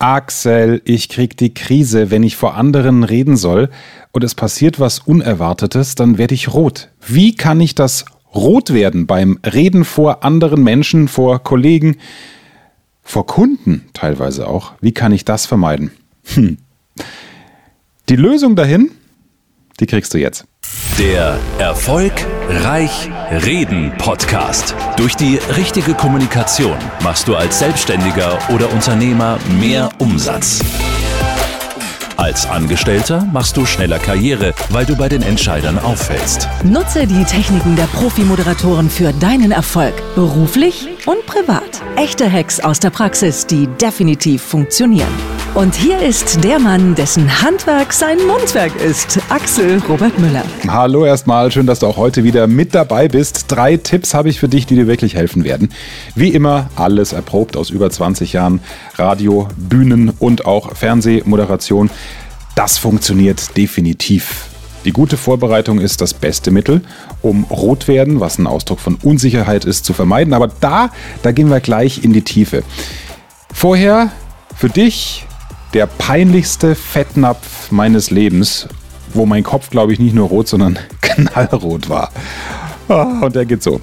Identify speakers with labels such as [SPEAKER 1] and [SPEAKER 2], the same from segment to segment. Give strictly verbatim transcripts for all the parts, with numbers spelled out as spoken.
[SPEAKER 1] Axel, ich krieg die Krise, wenn ich vor anderen reden soll und es passiert was Unerwartetes, dann werde ich rot. Wie kann ich das rot werden beim Reden vor anderen Menschen, vor Kollegen, vor Kunden teilweise auch? Wie kann ich das vermeiden? Hm. Die Lösung dahin, die kriegst du jetzt.
[SPEAKER 2] Der Erfolgreich Reden Podcast. Durch die richtige Kommunikation machst du als Selbstständiger oder Unternehmer mehr Umsatz. Als Angestellter machst du schneller Karriere, weil du bei den Entscheidern auffällst.
[SPEAKER 3] Nutze die Techniken der Profi-Moderatoren für deinen Erfolg, beruflich und privat. Echte Hacks aus der Praxis, die definitiv funktionieren. Und hier ist der Mann, dessen Handwerk sein Mundwerk ist, Axel Robert Müller.
[SPEAKER 1] Hallo erstmal, schön, dass du auch heute wieder mit dabei bist. Drei Tipps habe ich für dich, die dir wirklich helfen werden. Wie immer, alles erprobt aus über zwanzig Jahren Radio, Bühnen und auch Fernsehmoderation. Das funktioniert definitiv. Die gute Vorbereitung ist das beste Mittel, um rot werden, was ein Ausdruck von Unsicherheit ist, zu vermeiden. Aber da, da gehen wir gleich in die Tiefe. Vorher für dich der peinlichste Fettnapf meines Lebens, wo mein Kopf, glaube ich, nicht nur rot, sondern knallrot war. Und der geht so.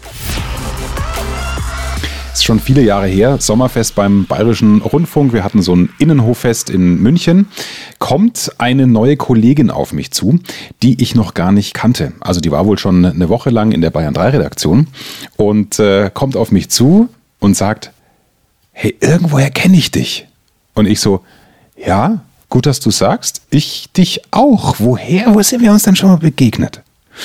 [SPEAKER 1] Ist schon viele Jahre her, Sommerfest beim Bayerischen Rundfunk. Wir hatten so ein Innenhoffest in München. Kommt eine neue Kollegin auf mich zu, die ich noch gar nicht kannte. Also die war wohl schon eine Woche lang in der Bayern drei Redaktion und äh, kommt auf mich zu und sagt, hey, irgendwoher kenne ich dich. Und ich so, ja, gut, dass du sagst, ich dich auch. Woher, wo sind wir uns denn schon mal begegnet?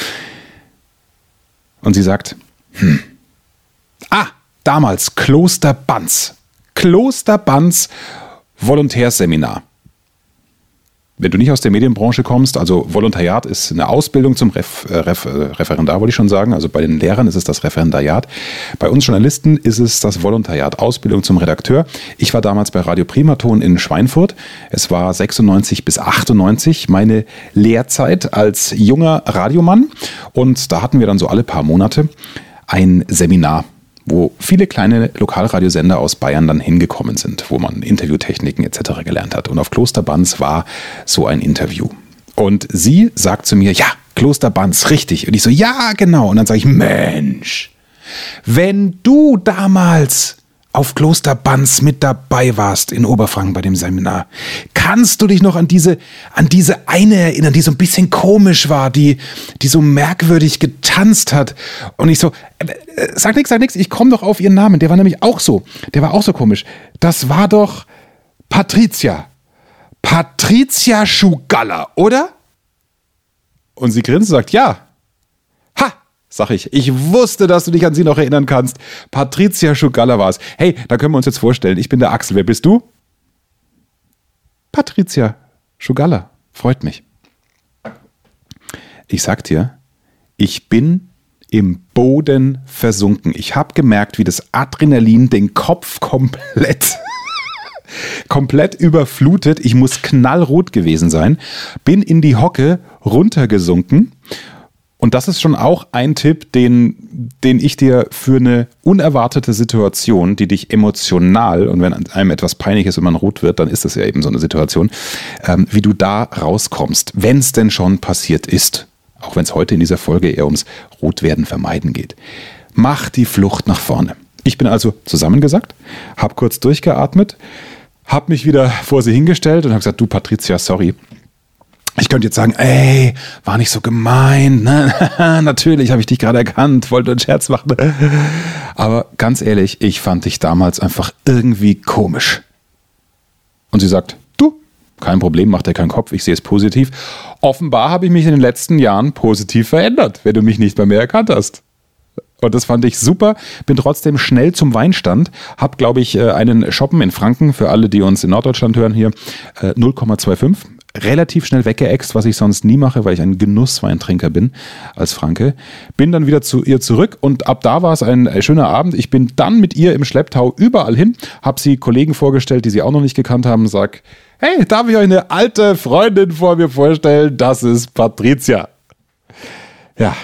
[SPEAKER 1] Und sie sagt, hm, ah, damals Kloster Banz. Kloster Banz Volontärseminar. Wenn du nicht aus der Medienbranche kommst, also Volontariat ist eine Ausbildung zum Ref, äh, Ref, äh, Referendar, wollte ich schon sagen. Also bei den Lehrern ist es das Referendariat. Bei uns Journalisten ist es das Volontariat, Ausbildung zum Redakteur. Ich war damals bei Radio Primaton in Schweinfurt. Es war sechsundneunzig bis achtundneunzig meine Lehrzeit als junger Radiomann. Und da hatten wir dann so alle paar Monate ein Seminar, wo viele kleine Lokalradiosender aus Bayern dann hingekommen sind, wo man Interviewtechniken et cetera gelernt hat. Und auf Kloster Banz war so ein Interview. Und sie sagt zu mir, ja, Kloster Banz, richtig. Und ich so, ja, genau. Und dann sage ich, Mensch, wenn du damals auf Kloster Banz mit dabei warst in Oberfranken bei dem Seminar, kannst du dich noch an diese, an diese eine erinnern, die so ein bisschen komisch war, die, die so merkwürdig getanzt hat. Und ich so, äh, sag nix, sag nix, ich komme doch auf ihren Namen. Der war nämlich auch so, der war auch so komisch. Das war doch Patricia. Patricia Schugalla, oder? Und sie grinst und sagt, ja. Ha! Sag ich, ich wusste, dass du dich an sie noch erinnern kannst. Patricia Schugalla war es. Hey, da können wir uns jetzt vorstellen, ich bin der Axel. Wer bist du? Patricia Schugalla. Freut mich. Ich sag dir, ich bin im Boden versunken. Ich habe gemerkt, wie das Adrenalin den Kopf komplett, komplett überflutet. Ich muss knallrot gewesen sein. Bin in die Hocke runtergesunken. Und das ist schon auch ein Tipp, den, den ich dir für eine unerwartete Situation, die dich emotional, und wenn einem etwas peinlich ist und man rot wird, dann ist das ja eben so eine Situation, ähm, wie du da rauskommst, wenn es denn schon passiert ist. Auch wenn es heute in dieser Folge eher ums Rotwerden vermeiden geht. Mach die Flucht nach vorne. Ich bin also zusammengesackt, habe kurz durchgeatmet, habe mich wieder vor sie hingestellt und habe gesagt, du Patricia, sorry. Ich könnte jetzt sagen, ey, war nicht so gemein, ne? Natürlich habe ich dich gerade erkannt, wollte einen Scherz machen. Aber ganz ehrlich, ich fand dich damals einfach irgendwie komisch. Und sie sagt, du, kein Problem, mach dir keinen Kopf, ich sehe es positiv. Offenbar habe ich mich in den letzten Jahren positiv verändert, wenn du mich nicht bei mir erkannt hast. Und das fand ich super, bin trotzdem schnell zum Weinstand, habe, glaube ich, einen Shoppen in Franken, für alle, die uns in Norddeutschland hören hier, null Komma fünfundzwanzig. Relativ schnell weggeext, was ich sonst nie mache, weil ich ein Genussweintrinker bin als Franke. Bin dann wieder zu ihr zurück und ab da war es ein schöner Abend. Ich bin dann mit ihr im Schlepptau überall hin, habe sie Kollegen vorgestellt, die sie auch noch nicht gekannt haben, sag, hey, darf ich euch eine alte Freundin vor mir vorstellen? Das ist Patricia. Ja,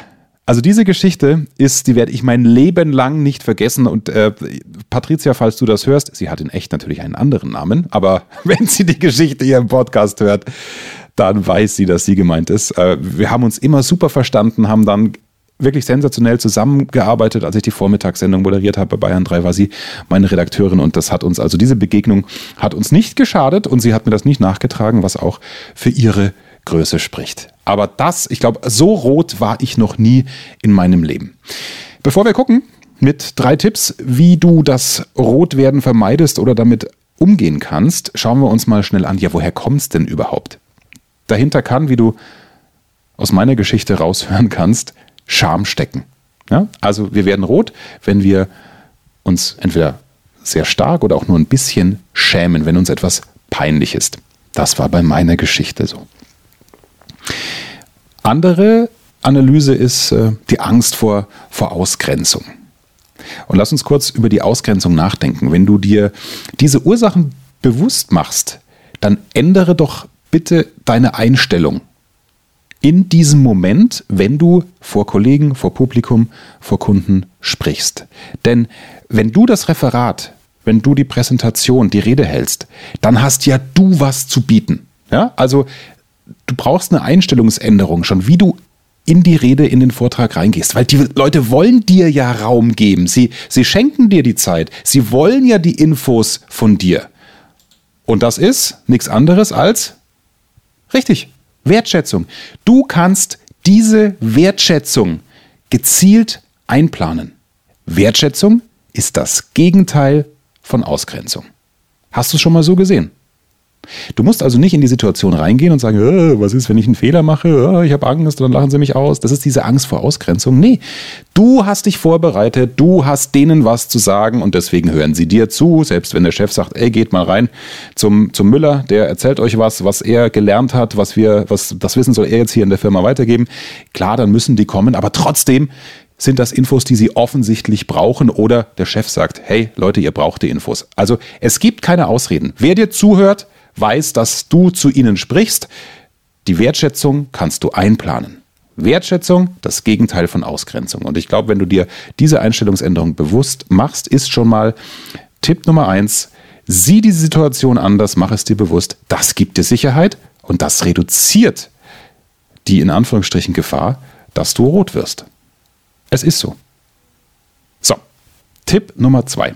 [SPEAKER 1] Also diese Geschichte ist, die werde ich mein Leben lang nicht vergessen. Und äh, Patricia, falls du das hörst, sie hat in echt natürlich einen anderen Namen, aber wenn sie die Geschichte hier im Podcast hört, dann weiß sie, dass sie gemeint ist. Äh, wir haben uns immer super verstanden, haben dann wirklich sensationell zusammengearbeitet. Als ich die Vormittagssendung moderiert habe bei Bayern drei, war sie meine Redakteurin und das hat uns, also diese Begegnung hat uns nicht geschadet und sie hat mir das nicht nachgetragen, was auch für ihre Größe spricht. Aber das, ich glaube, so rot war ich noch nie in meinem Leben. Bevor wir gucken, mit drei Tipps, wie du das Rotwerden vermeidest oder damit umgehen kannst, schauen wir uns mal schnell an, ja, woher kommt es denn überhaupt? Dahinter kann, wie du aus meiner Geschichte raushören kannst, Scham stecken. Ja? Also wir werden rot, wenn wir uns entweder sehr stark oder auch nur ein bisschen schämen, wenn uns etwas peinlich ist. Das war bei meiner Geschichte so. Andere Analyse ist äh, die Angst vor, vor Ausgrenzung. Und lass uns kurz über die Ausgrenzung nachdenken. Wenn du dir diese Ursachen bewusst machst, dann ändere doch bitte deine Einstellung in diesem Moment, wenn du vor Kollegen, vor Publikum, vor Kunden sprichst. Denn wenn du das Referat, wenn du die Präsentation, die Rede hältst, dann hast ja du was zu bieten. Ja? Also du brauchst eine Einstellungsänderung schon, wie du in die Rede, in den Vortrag reingehst. Weil die Leute wollen dir ja Raum geben. Sie, sie schenken dir die Zeit. Sie wollen ja die Infos von dir. Und das ist nichts anderes als, richtig, Wertschätzung. Du kannst diese Wertschätzung gezielt einplanen. Wertschätzung ist das Gegenteil von Ausgrenzung. Hast du es schon mal so gesehen? Du musst also nicht in die Situation reingehen und sagen, äh, was ist, wenn ich einen Fehler mache? Äh, ich habe Angst, dann lachen sie mich aus. Das ist diese Angst vor Ausgrenzung. Nee, du hast dich vorbereitet, du hast denen was zu sagen und deswegen hören sie dir zu. Selbst wenn der Chef sagt, ey, geht mal rein zum, zum Müller, der erzählt euch was, was er gelernt hat, was wir, was das Wissen soll er jetzt hier in der Firma weitergeben. Klar, dann müssen die kommen, aber trotzdem sind das Infos, die sie offensichtlich brauchen oder der Chef sagt, hey Leute, ihr braucht die Infos. Also es gibt keine Ausreden. Wer dir zuhört, weiß, dass du zu ihnen sprichst. Die Wertschätzung kannst du einplanen. Wertschätzung, das Gegenteil von Ausgrenzung. Und ich glaube, wenn du dir diese Einstellungsänderung bewusst machst, ist schon mal Tipp Nummer eins, sieh die Situation anders, mach es dir bewusst. Das gibt dir Sicherheit und das reduziert die in Anführungsstrichen Gefahr, dass du rot wirst. Es ist so. So, Tipp Nummer zwei.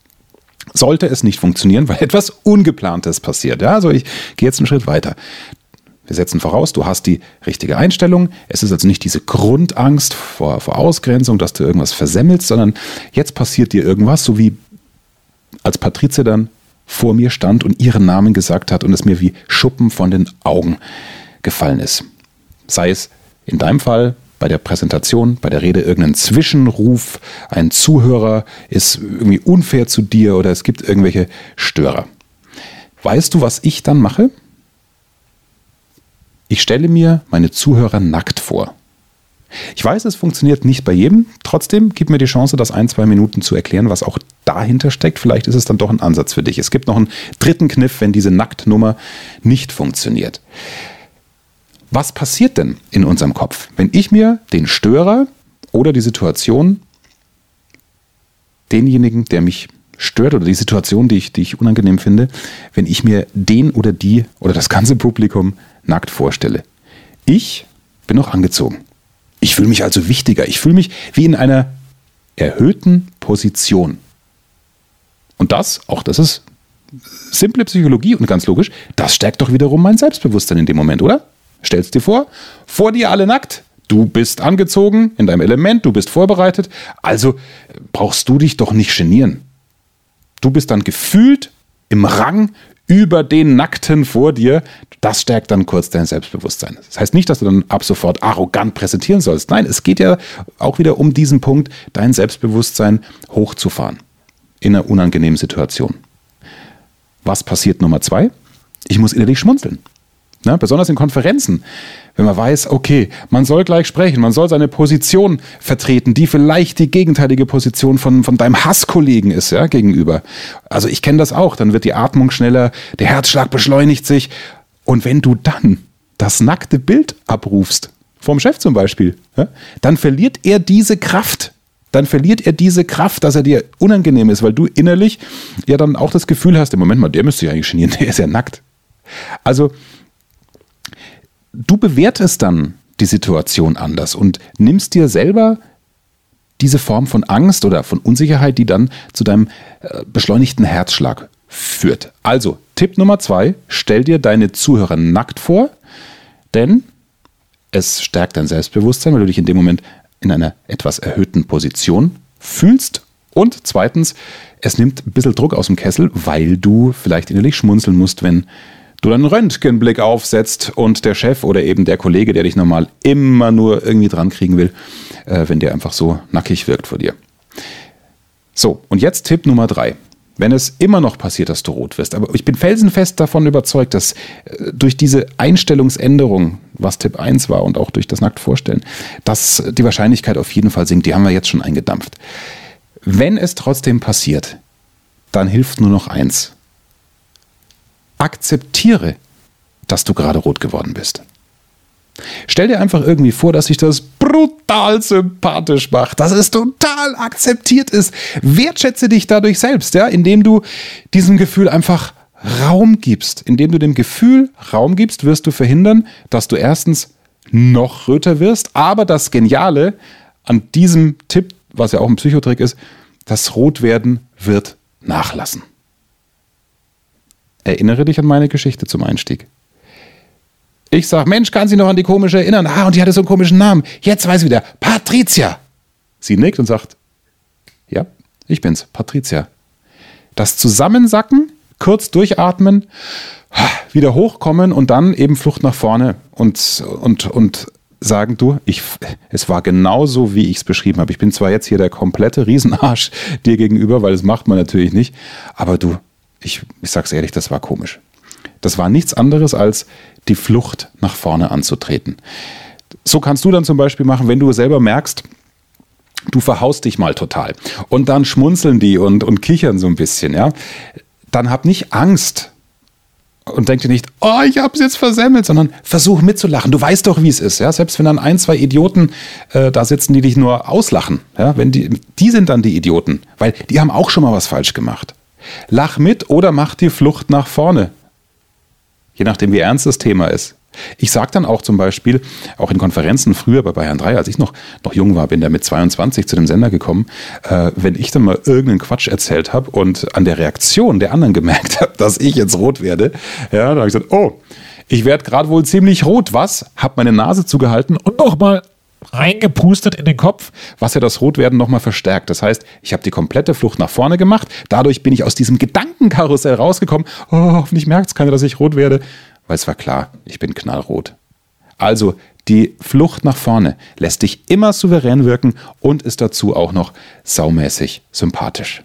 [SPEAKER 1] Sollte es nicht funktionieren, weil etwas Ungeplantes passiert. Ja, also ich gehe jetzt einen Schritt weiter. Wir setzen voraus, du hast die richtige Einstellung. Es ist also nicht diese Grundangst vor, vor Ausgrenzung, dass du irgendwas versemmelst, sondern jetzt passiert dir irgendwas, so wie als Patricia dann vor mir stand und ihren Namen gesagt hat und es mir wie Schuppen von den Augen gefallen ist. Sei es in deinem Fall bei der Präsentation, bei der Rede irgendein Zwischenruf, ein Zuhörer ist irgendwie unfair zu dir oder es gibt irgendwelche Störer. Weißt du, was ich dann mache? Ich stelle mir meine Zuhörer nackt vor. Ich weiß, es funktioniert nicht bei jedem. Trotzdem gib mir die Chance, das ein, zwei Minuten zu erklären, was auch dahinter steckt. Vielleicht ist es dann doch ein Ansatz für dich. Es gibt noch einen dritten Kniff, wenn diese Nacktnummer nicht funktioniert. Was passiert denn in unserem Kopf, wenn ich mir den Störer oder die Situation, denjenigen, der mich stört oder die Situation, die ich, die ich unangenehm finde, wenn ich mir den oder die oder das ganze Publikum nackt vorstelle? Ich bin noch angezogen. Ich fühle mich also wichtiger. Ich fühle mich wie in einer erhöhten Position. Und das, auch das ist simple Psychologie und ganz logisch, das stärkt doch wiederum mein Selbstbewusstsein in dem Moment, oder? Stellst dir vor, vor dir alle nackt, du bist angezogen in deinem Element, du bist vorbereitet, also brauchst du dich doch nicht genieren. Du bist dann gefühlt im Rang über den Nackten vor dir, das stärkt dann kurz dein Selbstbewusstsein. Das heißt nicht, dass du dann ab sofort arrogant präsentieren sollst. Nein, es geht ja auch wieder um diesen Punkt, dein Selbstbewusstsein hochzufahren in einer unangenehmen Situation. Was passiert Nummer zwei? Ich muss innerlich schmunzeln. Ja, besonders in Konferenzen, wenn man weiß, okay, man soll gleich sprechen, man soll seine Position vertreten, die vielleicht die gegenteilige Position von, von deinem Hasskollegen ist, ja, gegenüber. Also ich kenne das auch, dann wird die Atmung schneller, der Herzschlag beschleunigt sich und wenn du dann das nackte Bild abrufst vom Chef zum Beispiel, ja, dann verliert er diese Kraft. Dann verliert er diese Kraft, dass er dir unangenehm ist, weil du innerlich ja dann auch das Gefühl hast, im Moment mal, der müsste ja eigentlich genieren, der ist ja nackt. Also du bewertest dann die Situation anders und nimmst dir selber diese Form von Angst oder von Unsicherheit, die dann zu deinem äh, beschleunigten Herzschlag führt. Also Tipp Nummer zwei, stell dir deine Zuhörer nackt vor, denn es stärkt dein Selbstbewusstsein, weil du dich in dem Moment in einer etwas erhöhten Position fühlst. Und zweitens, es nimmt ein bisschen Druck aus dem Kessel, weil du vielleicht innerlich schmunzeln musst, wenn du einen Röntgenblick aufsetzt und der Chef oder eben der Kollege, der dich normal immer nur irgendwie dran kriegen will, äh, wenn der einfach so nackig wirkt vor dir. So, und jetzt Tipp Nummer drei. Wenn es immer noch passiert, dass du rot wirst, aber ich bin felsenfest davon überzeugt, dass äh, durch diese Einstellungsänderung, was Tipp eins war und auch durch das Nacktvorstellen, dass die Wahrscheinlichkeit auf jeden Fall sinkt. Die haben wir jetzt schon eingedampft. Wenn es trotzdem passiert, dann hilft nur noch eins. Akzeptiere, dass du gerade rot geworden bist. Stell dir einfach irgendwie vor, dass sich das brutal sympathisch macht, dass es total akzeptiert ist. Wertschätze dich dadurch selbst, ja, indem du diesem Gefühl einfach Raum gibst. Indem du dem Gefühl Raum gibst, wirst du verhindern, dass du erstens noch röter wirst, aber das Geniale an diesem Tipp, was ja auch ein Psychotrick ist, das Rotwerden wird nachlassen. Erinnere dich an meine Geschichte zum Einstieg. Ich sag, Mensch, kann sie noch an die komische erinnern? Ah, und die hatte so einen komischen Namen. Jetzt weiß ich wieder, Patricia. Sie nickt und sagt, ja, ich bin's, Patricia. Das Zusammensacken, kurz durchatmen, wieder hochkommen und dann eben Flucht nach vorne und, und, und sagen, du, ich, es war genauso, wie ich es beschrieben habe. Ich bin zwar jetzt hier der komplette Riesenarsch dir gegenüber, weil das macht man natürlich nicht, aber du, ich, ich sag's ehrlich, das war komisch. Das war nichts anderes als die Flucht nach vorne anzutreten. So kannst du dann zum Beispiel machen, wenn du selber merkst, du verhaust dich mal total und dann schmunzeln die und, und kichern so ein bisschen, ja. Dann hab nicht Angst und denk dir nicht, oh, ich hab's jetzt versemmelt, sondern versuch mitzulachen. Du weißt doch, wie es ist, ja. Selbst wenn dann ein, zwei Idioten äh, da sitzen, die dich nur auslachen, ja, wenn die, die sind dann die Idioten, weil die haben auch schon mal was falsch gemacht. Lach mit oder mach die Flucht nach vorne. Je nachdem, wie ernst das Thema ist. Ich sage dann auch zum Beispiel, auch in Konferenzen früher bei Bayern drei, als ich noch, noch jung war, bin da mit zweiundzwanzig zu dem Sender gekommen, äh, wenn ich dann mal irgendeinen Quatsch erzählt habe und an der Reaktion der anderen gemerkt habe, dass ich jetzt rot werde, ja, dann habe ich gesagt, oh, ich werde gerade wohl ziemlich rot, was? Habe meine Nase zugehalten und nochmal reingepustet in den Kopf, was ja das Rotwerden nochmal verstärkt. Das heißt, ich habe die komplette Flucht nach vorne gemacht. Dadurch bin ich aus diesem Gedankenkarussell rausgekommen. Oh, hoffentlich merkt es keiner, dass ich rot werde. Weil es war klar, ich bin knallrot. Also, die Flucht nach vorne lässt dich immer souverän wirken und ist dazu auch noch saumäßig sympathisch.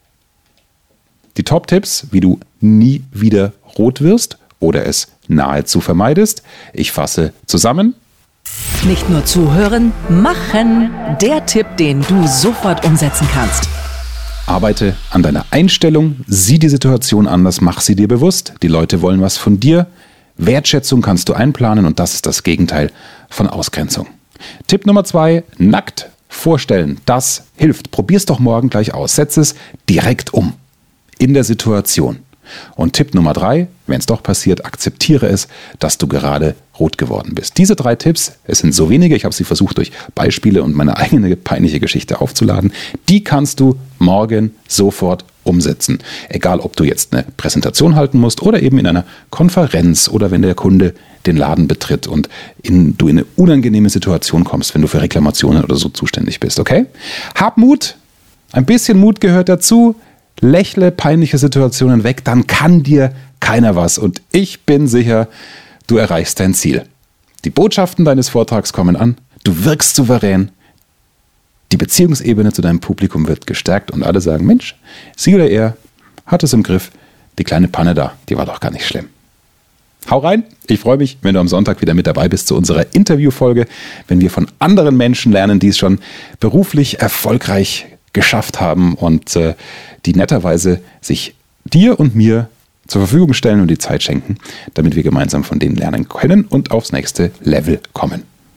[SPEAKER 1] Die Top-Tipps, wie du nie wieder rot wirst oder es nahezu vermeidest. Ich fasse zusammen.
[SPEAKER 3] Nicht nur zuhören, machen. Der Tipp, den du sofort umsetzen kannst.
[SPEAKER 1] Arbeite an deiner Einstellung, sieh die Situation anders, mach sie dir bewusst. Die Leute wollen was von dir. Wertschätzung kannst du einplanen und das ist das Gegenteil von Ausgrenzung. Tipp Nummer zwei, nackt vorstellen. Das hilft. Probier's doch morgen gleich aus. Setz es direkt um. In der Situation. Und Tipp Nummer drei, wenn es doch passiert, akzeptiere es, dass du gerade rot geworden bist. Diese drei Tipps, es sind so wenige, ich habe sie versucht durch Beispiele und meine eigene peinliche Geschichte aufzuladen, die kannst du morgen sofort umsetzen. Egal, ob du jetzt eine Präsentation halten musst oder eben in einer Konferenz oder wenn der Kunde den Laden betritt und in, du in eine unangenehme Situation kommst, wenn du für Reklamationen oder so zuständig bist, okay? Hab Mut, ein bisschen Mut gehört dazu. Lächle peinliche Situationen weg, dann kann dir keiner was. Und ich bin sicher, du erreichst dein Ziel. Die Botschaften deines Vortrags kommen an, du wirkst souverän, die Beziehungsebene zu deinem Publikum wird gestärkt und alle sagen, Mensch, sie oder er hat es im Griff, die kleine Panne da, die war doch gar nicht schlimm. Hau rein, ich freue mich, wenn du am Sonntag wieder mit dabei bist zu unserer Interviewfolge, wenn wir von anderen Menschen lernen, die es schon beruflich erfolgreich geschafft haben und äh, die netterweise sich dir und mir zur Verfügung stellen und die Zeit schenken, damit wir gemeinsam von denen lernen können und aufs nächste Level kommen.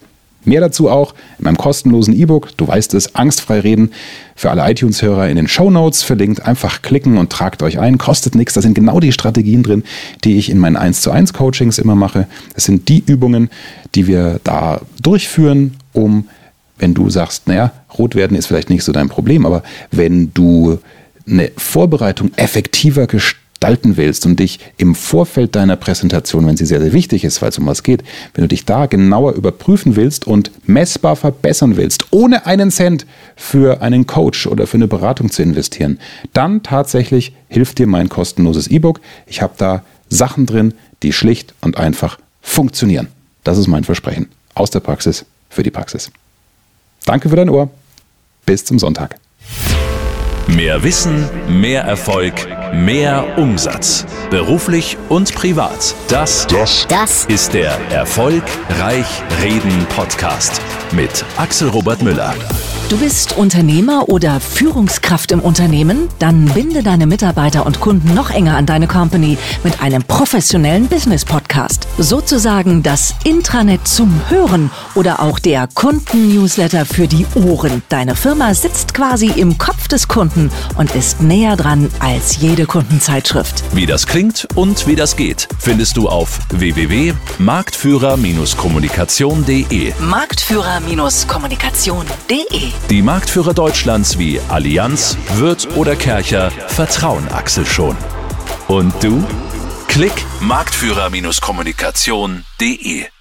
[SPEAKER 1] Mehr dazu auch in meinem kostenlosen E-Book, du weißt es, Angstfrei reden, für alle iTunes-Hörer in den Shownotes verlinkt. Einfach klicken und tragt euch ein, kostet nichts. Da sind genau die Strategien drin, die ich in meinen eins zu eins Coachings immer mache. Das sind die Übungen, die wir da durchführen, um, wenn du sagst, naja, rot werden ist vielleicht nicht so dein Problem, aber wenn du eine Vorbereitung effektiver gestalten willst und dich im Vorfeld deiner Präsentation, wenn sie sehr, sehr wichtig ist, weil es um was geht, wenn du dich da genauer überprüfen willst und messbar verbessern willst, ohne einen Cent für einen Coach oder für eine Beratung zu investieren, dann tatsächlich hilft dir mein kostenloses E-Book. Ich habe da Sachen drin, die schlicht und einfach funktionieren. Das ist mein Versprechen. Aus der Praxis für die Praxis. Danke für dein Ohr. Bis zum Sonntag.
[SPEAKER 2] Mehr Wissen, mehr Erfolg, mehr Umsatz. Beruflich und privat. Das, das, das ist der Erfolgreich Reden Podcast mit Axel Robert Müller.
[SPEAKER 3] Du bist Unternehmer oder Führungskraft im Unternehmen? Dann binde deine Mitarbeiter und Kunden noch enger an deine Company mit einem professionellen Business-Podcast. Sozusagen das Intranet zum Hören oder auch der Kunden-Newsletter für die Ohren. Deine Firma sitzt quasi im Kopf des Kunden und ist näher dran als jede Kundenzeitschrift.
[SPEAKER 2] Wie das klingt und wie das geht, findest du auf w w w punkt marktführer Bindestrich kommunikation punkt de.
[SPEAKER 3] Marktführer Bindestrich kommunikation punkt de.
[SPEAKER 2] Die Marktführer Deutschlands wie Allianz, Wirth oder Kärcher vertrauen Axel schon. Und du? Klick marktführer Bindestrich kommunikation punkt de.